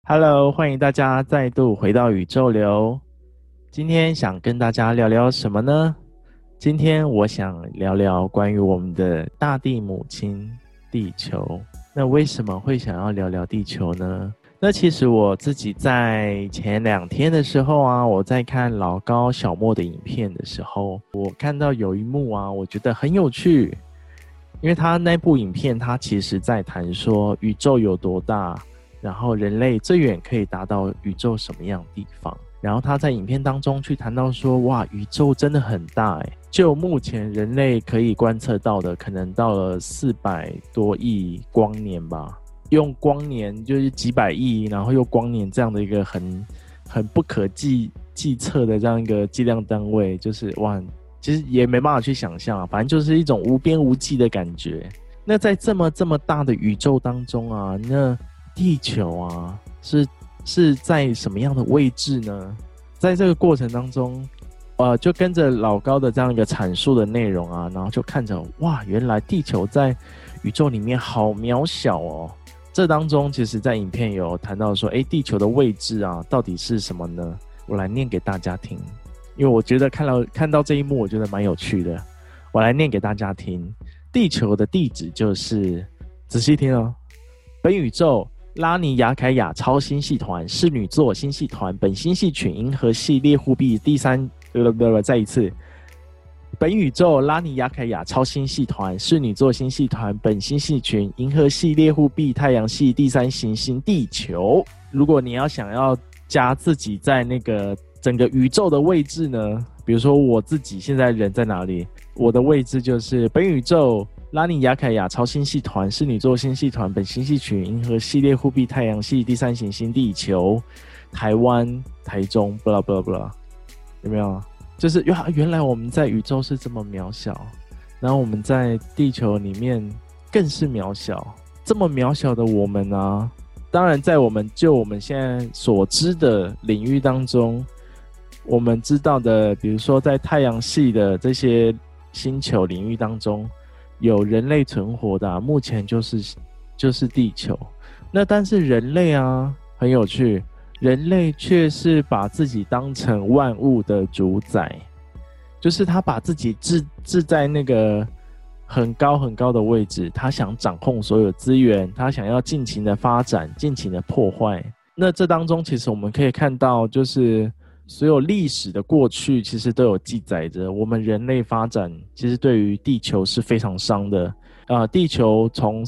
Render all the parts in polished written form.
Hello，欢迎大家再度回到宇宙流。今天想跟大家聊聊什么呢？今天我想聊聊关于我们的大地母亲地球。那为什么会想要聊聊地球呢？那其实我自己在前2天的时候啊，我在看老高小莫的影片的时候，我看到有一幕啊，我觉得很有趣。因为他那部影片，他其实在谈说宇宙有多大，然后人类最远可以达到宇宙什么样的地方。然后他在影片当中去谈到说，哇，宇宙真的很大耶，就目前人类可以观测到的，可能到了400多亿光年吧。用光年就是几百亿，然后用光年这样的一个很不可计测的这样一个计量单位，就是哇，其实也没办法去想象啊，反正就是一种无边无际的感觉。那在这么大的宇宙当中啊，那地球啊是在什么样的位置呢？在这个过程当中，就跟着老高的这样一个阐述的内容啊，然后就看着哇，原来地球在宇宙里面好渺小哦。这当中其实在影片有谈到说，地球的位置啊到底是什么呢？我来念给大家听，因为我觉得看到这一幕我觉得蛮有趣的。我来念给大家听，地球的地址就是仔细听哦，本宇宙拉尼亚凯亚超星系团是女座星系团本星系群银河系猎户臂再一次，本宇宙拉尼亚凯亚超星系团是女座星系团本星系群银河系猎户臂太阳系第3行星地球。如果你要想要加自己在那个整个宇宙的位置呢，比如说我自己现在人在哪里，我的位置就是本宇宙拉尼亚凯亚超星系团是女座星系团本星系群银河系猎户臂太阳系第3行星地球台湾台中 blah blah blah， 有没有？就是原来我们在宇宙是这么渺小，然后我们在地球里面更是渺小。这么渺小的我们啊，当然在我们现在所知的领域当中，我们知道的，比如说在太阳系的这些星球领域当中，有人类存活的目前就是地球。那但是人类啊，很有趣，人类却是把自己当成万物的主宰，就是他把自己置在那个很高很高的位置，他想掌控所有资源，他想要尽情的发展，尽情的破坏。那这当中其实我们可以看到，就是所有历史的过去其实都有记载着，我们人类发展其实对于地球是非常伤的。地球从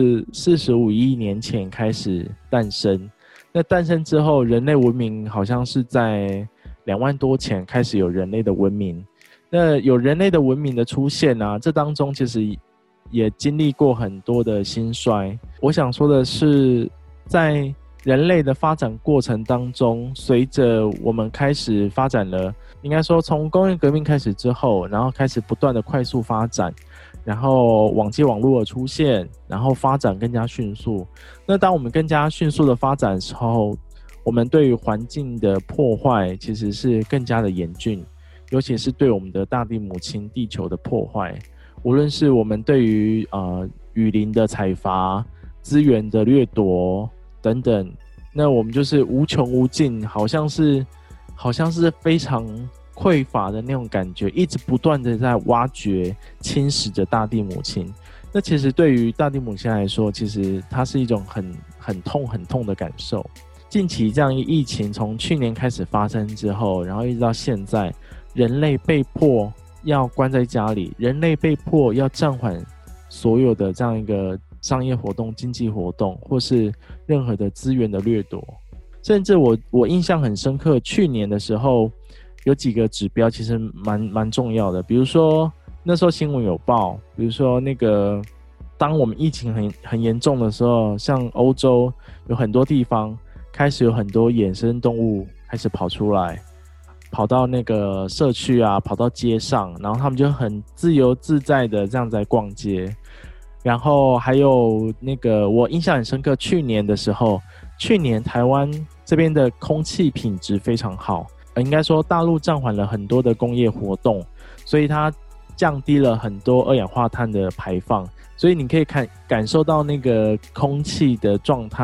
45亿年前开始诞生，那诞生之后，人类文明好像是在2万多前开始有人类的文明。那有人类的文明的出现啊，这当中其实也经历过很多的兴衰。我想说的是，在人类的发展过程当中，随着我们开始发展了，应该说从工业革命开始之后，然后开始不断的快速发展，然后网际网络的出现，然后发展更加迅速。那当我们更加迅速的发展的时候，我们对于环境的破坏其实是更加的严峻，尤其是对我们的大地母亲地球的破坏，无论是我们对于雨林的采伐、资源的掠夺等等，那我们就是无穷无尽，好像是非常匮乏的那种感觉，一直不断的在挖掘、侵蚀着大地母亲。那其实对于大地母亲来说，其实它是一种很痛的感受。近期这样一疫情从去年开始发生之后，然后一直到现在，人类被迫要关在家里，人类被迫要暂缓所有的这样一个商业活动、经济活动，或是任何的资源的掠夺。甚至我印象很深刻，去年的时候有几个指标其实蛮重要的，比如说那时候新闻有报，比如说那个当我们疫情很严重的时候，像欧洲有很多地方开始有很多野生动物开始跑出来，跑到那个社区啊，跑到街上，然后他们就很自由自在的这样在逛街。然后还有那个我印象很深刻，去年的时候，去年台湾这边的空气品质非常好，应该说大陆暂缓了很多的工业活动，所以它降低了很多二氧化碳的排放，所以你可以感受到那个空气的状态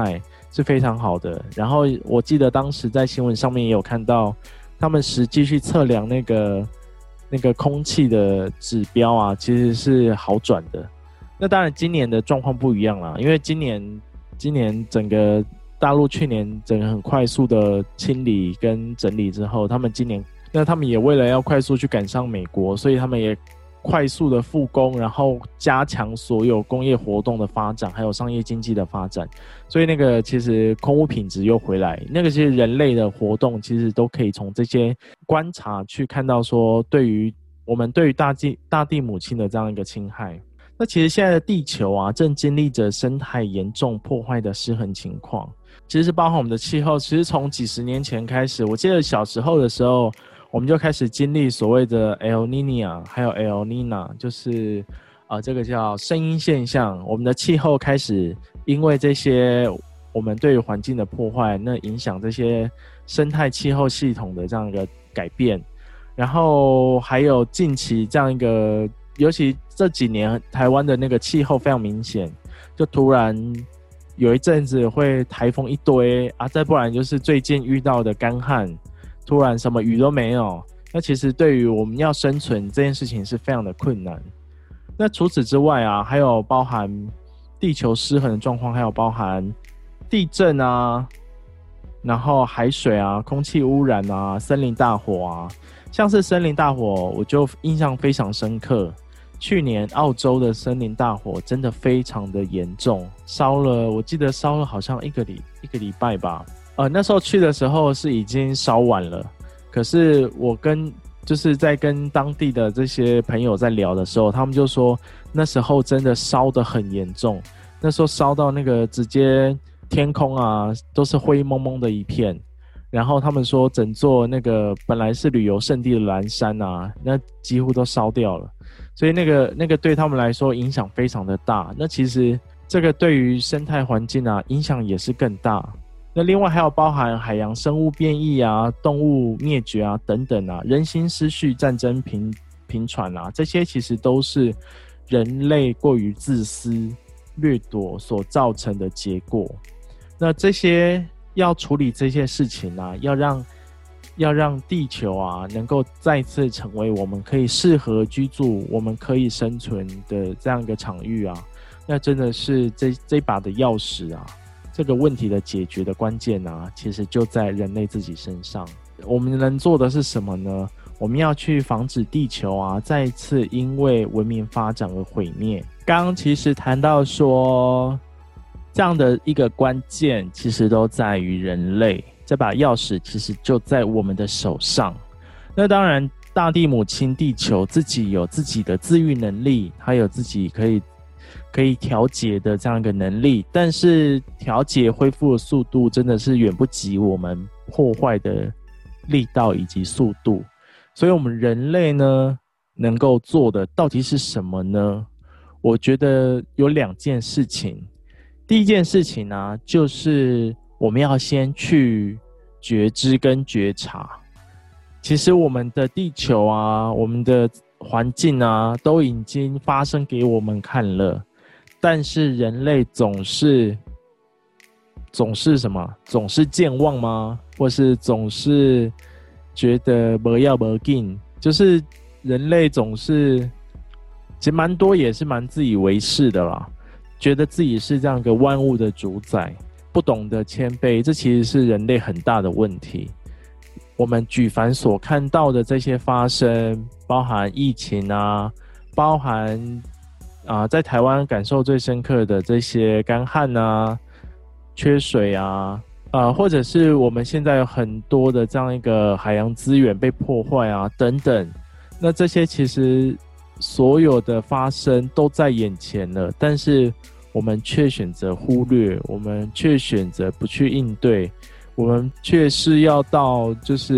是非常好的。然后我记得当时在新闻上面也有看到，他们实际去测量那个空气的指标啊，其实是好转的。那当然今年的状况不一样啦，因为今年整个大陆去年整个很快速的清理跟整理之后，他们也为了要快速去赶上美国，所以他们也快速的复工，然后加强所有工业活动的发展，还有商业经济的发展。所以那个其实空污品质又回来，那个其实人类的活动其实都可以从这些观察去看到说，我们对于大地母亲的这样一个侵害。那其实现在的地球啊，正经历着生态严重破坏的失衡情况。其实是包含我们的气候，其实从几十年前开始，我记得小时候的时候，我们就开始经历所谓的 El Niño 还有 El Niña， 就是这个叫声音现象。我们的气候开始因为这些我们对于环境的破坏，那影响这些生态气候系统的这样一个改变。然后还有近期这样一个，尤其这几年台湾的那个气候非常明显，就突然有一阵子会台风一堆啊，再不然就是最近遇到的干旱，突然什么雨都没有。那其实对于我们要生存这件事情是非常的困难。那除此之外啊，还有包含地球失衡的状况，还有包含地震啊，然后海水啊，空气污染啊，森林大火啊。像是森林大火，我就印象非常深刻。去年澳洲的森林大火真的非常的严重，我记得烧了好像一个礼拜吧。那时候去的时候是已经烧完了，可是我就是在跟当地的这些朋友在聊的时候，他们就说那时候真的烧得很严重，那时候烧到那个直接天空啊都是灰蒙蒙的一片。然后他们说整座那个本来是旅游胜地的蓝山啊，那几乎都烧掉了。所以那个对他们来说影响非常的大。那其实这个对于生态环境啊影响也是更大。那另外还有包含海洋生物变异啊、动物灭绝啊等等啊、人心失序、战争频传啊，这些其实都是人类过于自私掠夺所造成的结果。那这些要处理这些事情啊，要让地球啊能够再次成为我们可以适合居住、我们可以生存的这样一个场域啊，那真的是这把的钥匙啊，这个问题的解决的关键啊，其实就在人类自己身上。我们能做的是什么呢？我们要去防止地球啊再一次因为文明发展而毁灭。刚刚其实谈到说，这样的一个关键其实都在于人类，这把钥匙其实就在我们的手上。那当然大地母亲地球自己有自己的自愈能力，它有自己可以调节的这样一个能力，但是调节恢复的速度真的是远不及我们破坏的力道以及速度。所以我们人类呢能够做的到底是什么呢？我觉得有两件事情。第一件事情呢，就是我们要先去觉知跟觉察。其实我们的地球啊，我们的环境啊，都已经发生给我们看了，但是人类总是什么？总是健忘吗？或是总是觉得不要不紧？就是人类总是，其实蛮多也是蛮自以为是的啦。觉得自己是这样一个万物的主宰，不懂得谦卑，这其实是人类很大的问题。我们举凡所看到的这些发生，包含疫情啊，包含在台湾感受最深刻的这些干旱啊、缺水啊，或者是我们现在有很多的这样一个海洋资源被破坏啊等等，那这些其实所有的发生都在眼前了，但是我们却选择忽略，我们却选择不去应对，我们却是要到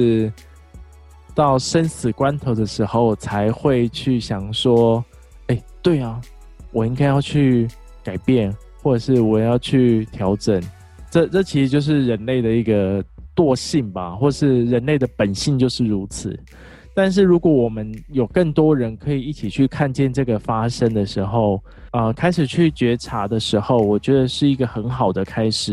生死关头的时候才会去想说，对啊，我应该要去改变，或者是我要去调整。这其实就是人类的一个惰性吧，或是人类的本性就是如此。但是如果我们有更多人可以一起去看见这个发生的时候，开始去觉察的时候，我觉得是一个很好的开始。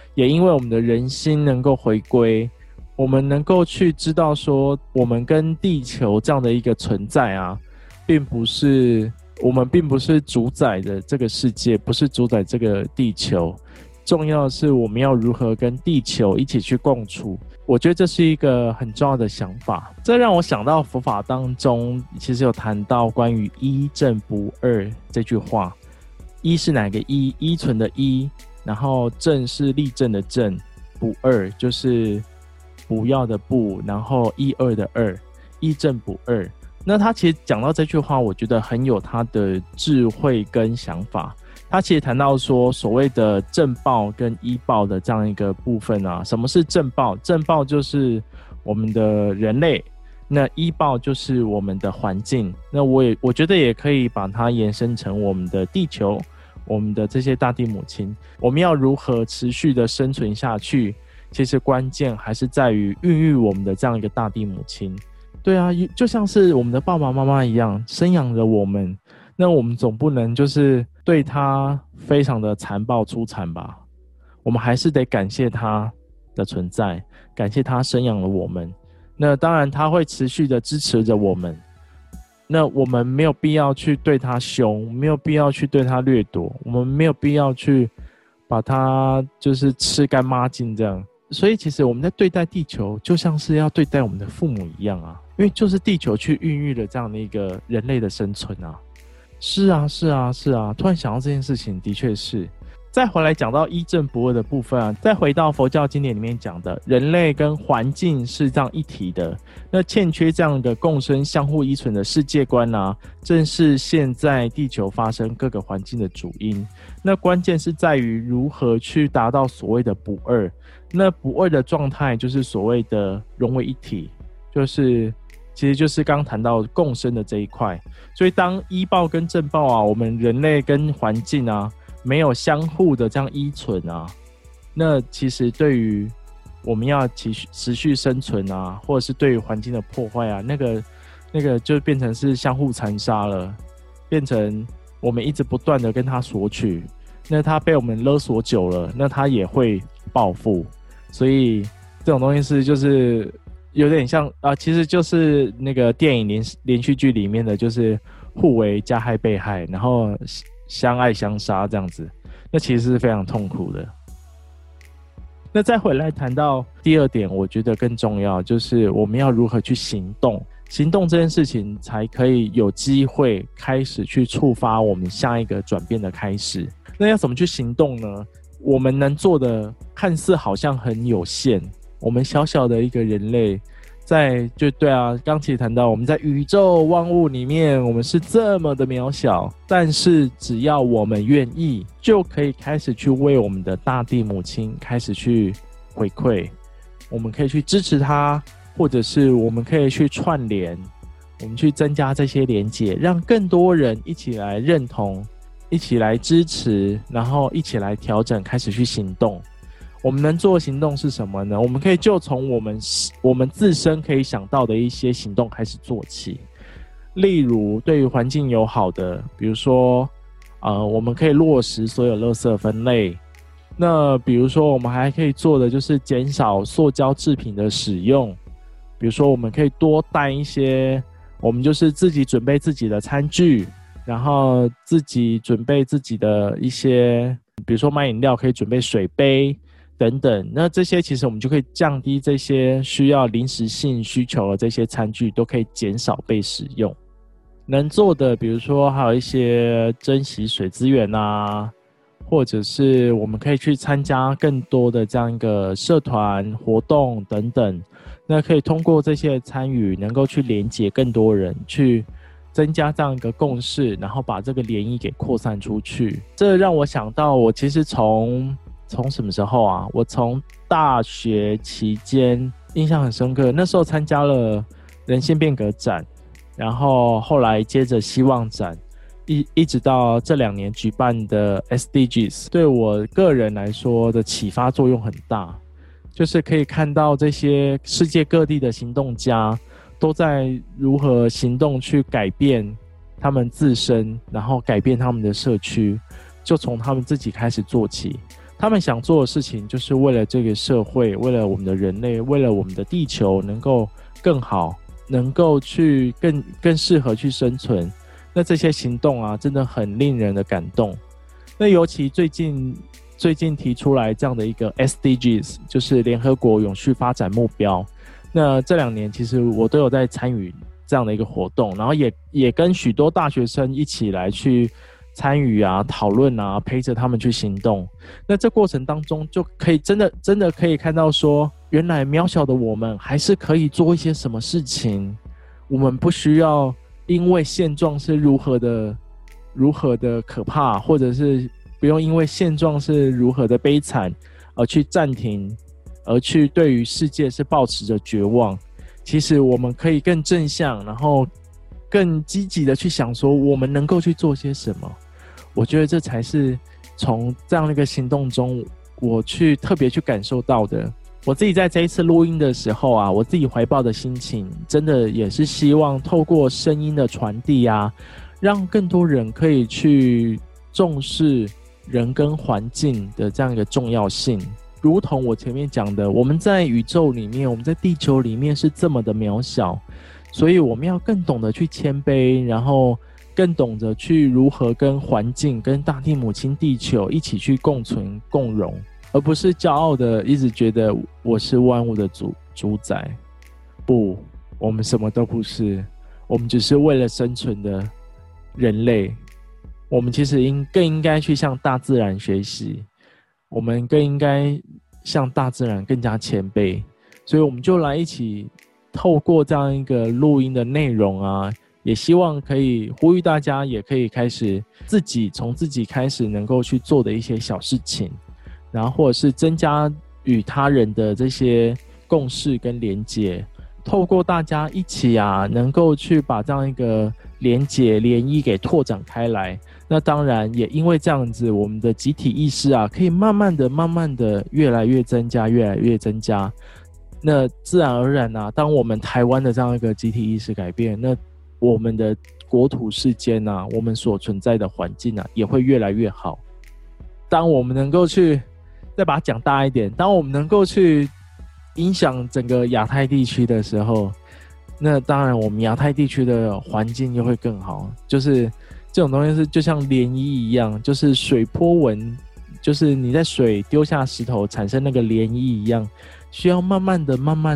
也因为我们的人心能够回归，我们能够去知道说，我们跟地球这样的一个存在啊，我们并不是主宰的这个世界，不是主宰这个地球，重要的是我们要如何跟地球一起去共处。我觉得这是一个很重要的想法。这让我想到佛法当中其实有谈到关于一正不二这句话。一是哪个一？依存的依，然后正是立正的正，不二就是不要的不，然后一二的二，一正不二。那他其实讲到这句话，我觉得很有他的智慧跟想法。他其实谈到说，所谓的正报跟依报的这样一个部分啊，什么是正报？正报就是我们的人类，那依报就是我们的环境。那我觉得也可以把它延伸成我们的地球，我们的这些大地母亲。我们要如何持续的生存下去？其实关键还是在于孕育我们的这样一个大地母亲。对啊，就像是我们的爸爸妈妈一样，生养着我们，那我们总不能就是对他非常的残暴出产吧？我们还是得感谢他的存在，感谢他生养了我们。那当然他会持续的支持着我们，那我们没有必要去对他凶，没有必要去对他掠夺，我们没有必要去把他就是吃干抹净这样。所以其实我们在对待地球就像是要对待我们的父母一样啊，因为就是地球去孕育了这样的一个人类的生存啊。是啊，突然想到这件事情，的确是。再回来讲到一正不二的部分啊，再回到佛教经典里面讲的，人类跟环境是这样一体的，那欠缺这样的共生相互依存的世界观啊，正是现在地球发生各个环境的主因。那关键是在于如何去达到所谓的不二。那不二的状态就是所谓的融为一体，其实就是刚谈到共生的这一块。所以当依报跟正报啊，我们人类跟环境啊没有相互的这样依存啊，那其实对于我们要持续生存啊，或者是对于环境的破坏啊，那个就变成是相互残杀了，变成我们一直不断的跟他索取，那他被我们勒索久了，那他也会报复。所以这种东西是就是有点像其实就是那个电影连续剧里面的，就是互为加害被害，然后相爱相杀这样子，那其实是非常痛苦的。那再回来谈到第二点，我觉得更重要，就是我们要如何去行动。行动这件事情才可以有机会开始去触发我们下一个转变的开始。那要怎么去行动呢？我们能做的看似好像很有限，我们小小的一个人类，刚其实谈到我们在宇宙万物里面，我们是这么的渺小，但是只要我们愿意，就可以开始去为我们的大地母亲开始去回馈。我们可以去支持她，或者是我们可以去串联，我们去增加这些连结，让更多人一起来认同，一起来支持，然后一起来调整，开始去行动。我们能做的行动是什么呢？我们可以就从我们自身可以想到的一些行动开始做起。例如对于环境友好的，比如说我们可以落实所有垃圾分类。那比如说我们还可以做的就是减少塑胶制品的使用。比如说我们可以多带一些，我们就是自己准备自己的餐具，然后自己准备自己的一些，比如说买饮料可以准备水杯等等。那这些其实我们就可以降低这些需要临时性需求的这些餐具都可以减少被使用。能做的比如说还有一些珍惜水资源啊，或者是我们可以去参加更多的这样一个社团活动等等。那可以通过这些参与能够去连结更多人，去增加这样一个共识，然后把这个涟漪给扩散出去。这让我想到我其实从什么时候啊？我从大学期间印象很深刻，那时候参加了人性变革展，然后后来接着希望展，一直到这2年举办的 SDGs， 对我个人来说的启发作用很大，就是可以看到这些世界各地的行动家都在如何行动去改变他们自身，然后改变他们的社区，就从他们自己开始做起。 他们想做的事情就是为了这个社会，为了我们的人类，为了我们的地球能够更好，能够去更适合去生存。那这些行动啊，真的很令人的感动。那尤其最近提出来这样的一个 SDGs， 就是联合国永续发展目标。那这2年其实我都有在参与这样的一个活动，然后也跟许多大学生一起来去参与啊、讨论啊，陪着他们去行动。那这过程当中就可以真的可以看到说，原来渺小的我们还是可以做一些什么事情。我们不需要因为现状是如何的可怕，或者是不用因为现状是如何的悲惨而去暂停，而去对于世界是抱持着绝望。其实我们可以更正向，然后更积极的去想说我们能够去做些什么。我觉得这才是从这样的一个行动中我去特别去感受到的。我自己在这一次录音的时候啊，我自己怀抱的心情真的也是希望透过声音的传递啊，让更多人可以去重视人跟环境的这样一个重要性。如同我前面讲的，我们在宇宙里面，我们在地球里面是这么的渺小，所以我们要更懂得去谦卑，然后更懂得去如何跟环境、跟大地母亲地球一起去共存共荣，而不是骄傲的一直觉得我是万物的主宰。不，我们什么都不是，我们只是为了生存的人类。我们其实更应该去向大自然学习，我们更应该向大自然更加谦卑。所以我们就来一起透过这样一个录音的内容啊，也希望可以呼吁大家也可以开始从自己开始能够去做的一些小事情，然后或者是增加与他人的这些共识跟连结，透过大家一起啊，能够去把这样一个连结涟漪给拓展开来。那当然也因为这样子，我们的集体意识啊，可以慢慢的越来越增加。那自然而然啊，当我们台湾的这样一个集体意识改变，那我们的国土世间啊，我们所存在的环境啊，也会越来越好。当我们能够去再把它讲大一点，当我们能够去影响整个亚太地区的时候，那当然我们亚太地区的环境又会更好。就是这种东西是就像涟漪一样，就是水波纹，就是你在水丢下石头产生那个涟漪一样，需要慢慢的，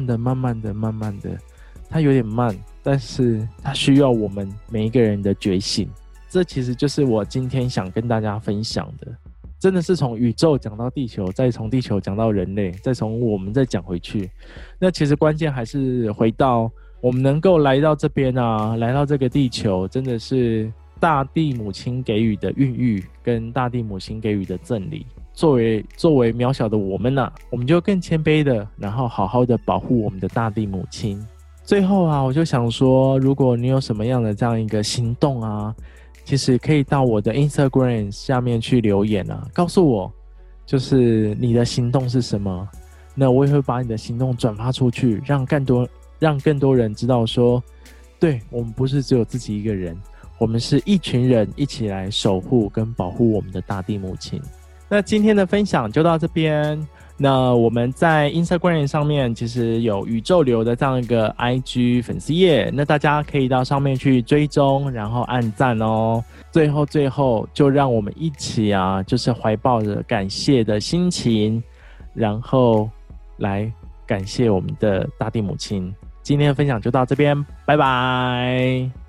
它有点慢，但是它需要我们每一个人的觉醒。这其实就是我今天想跟大家分享的，真的是从宇宙讲到地球，再从地球讲到人类，再从我们再讲回去。那其实关键还是回到我们能够来到这边啊，来到这个地球，真的是大地母亲给予的孕育跟大地母亲给予的赠礼。作为渺小的我们啊，我们就更谦卑的，然后好好的保护我们的大地母亲。最后啊，我就想说，如果你有什么样的这样一个行动啊，其实可以到我的 Instagram 下面去留言啊，告诉我就是你的行动是什么。那我也会把你的行动转发出去，让更多人知道说，对，我们不是只有自己一个人，我们是一群人一起来守护跟保护我们的大地母亲。那今天的分享就到这边。那我们在 Instagram 上面其实有宇宙流的这样一个 IG 粉丝页，那大家可以到上面去追踪，然后按赞哦。最后就让我们一起啊，就是怀抱着感谢的心情，然后来感谢我们的大地母亲。今天的分享就到这边，拜拜。